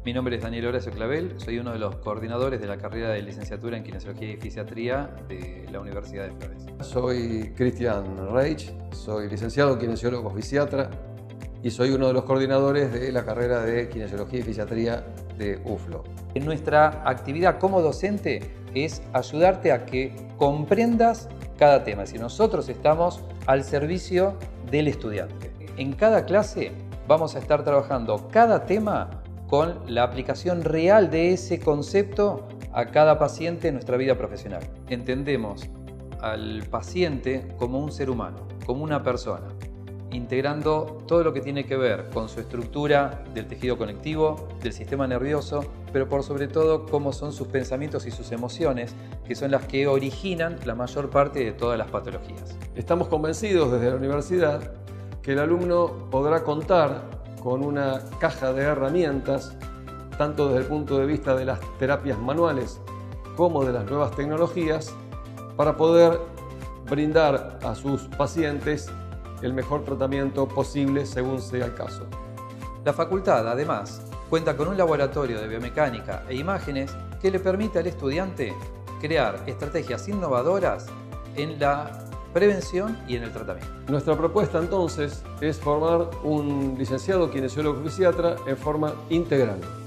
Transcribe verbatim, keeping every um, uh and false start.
Mi nombre es Daniel Horacio Clavel, soy uno de los coordinadores de la carrera de licenciatura en Kinesiología y Fisiatría de la Universidad de Flores. Soy Cristian Reich, soy licenciado kinesiólogo fisiatra y soy uno de los coordinadores de la carrera de Kinesiología y Fisiatría de U F L O. Nuestra actividad como docente es ayudarte a que comprendas cada tema. Si nosotros estamos al servicio del estudiante. En cada clase vamos a estar trabajando cada tema con la aplicación real de ese concepto a cada paciente en nuestra vida profesional. Entendemos al paciente como un ser humano, como una persona, integrando todo lo que tiene que ver con su estructura del tejido conectivo, del sistema nervioso, pero por sobre todo cómo son sus pensamientos y sus emociones, que son las que originan la mayor parte de todas las patologías. Estamos convencidos desde la universidad que el alumno podrá contar con una caja de herramientas, tanto desde el punto de vista de las terapias manuales como de las nuevas tecnologías, para poder brindar a sus pacientes el mejor tratamiento posible según sea el caso. La facultad, además, cuenta con un laboratorio de biomecánica e imágenes que le permite al estudiante crear estrategias innovadoras en la prevención y en el tratamiento. Nuestra propuesta entonces es formar un licenciado kinesiólogo fisiatra en forma integral.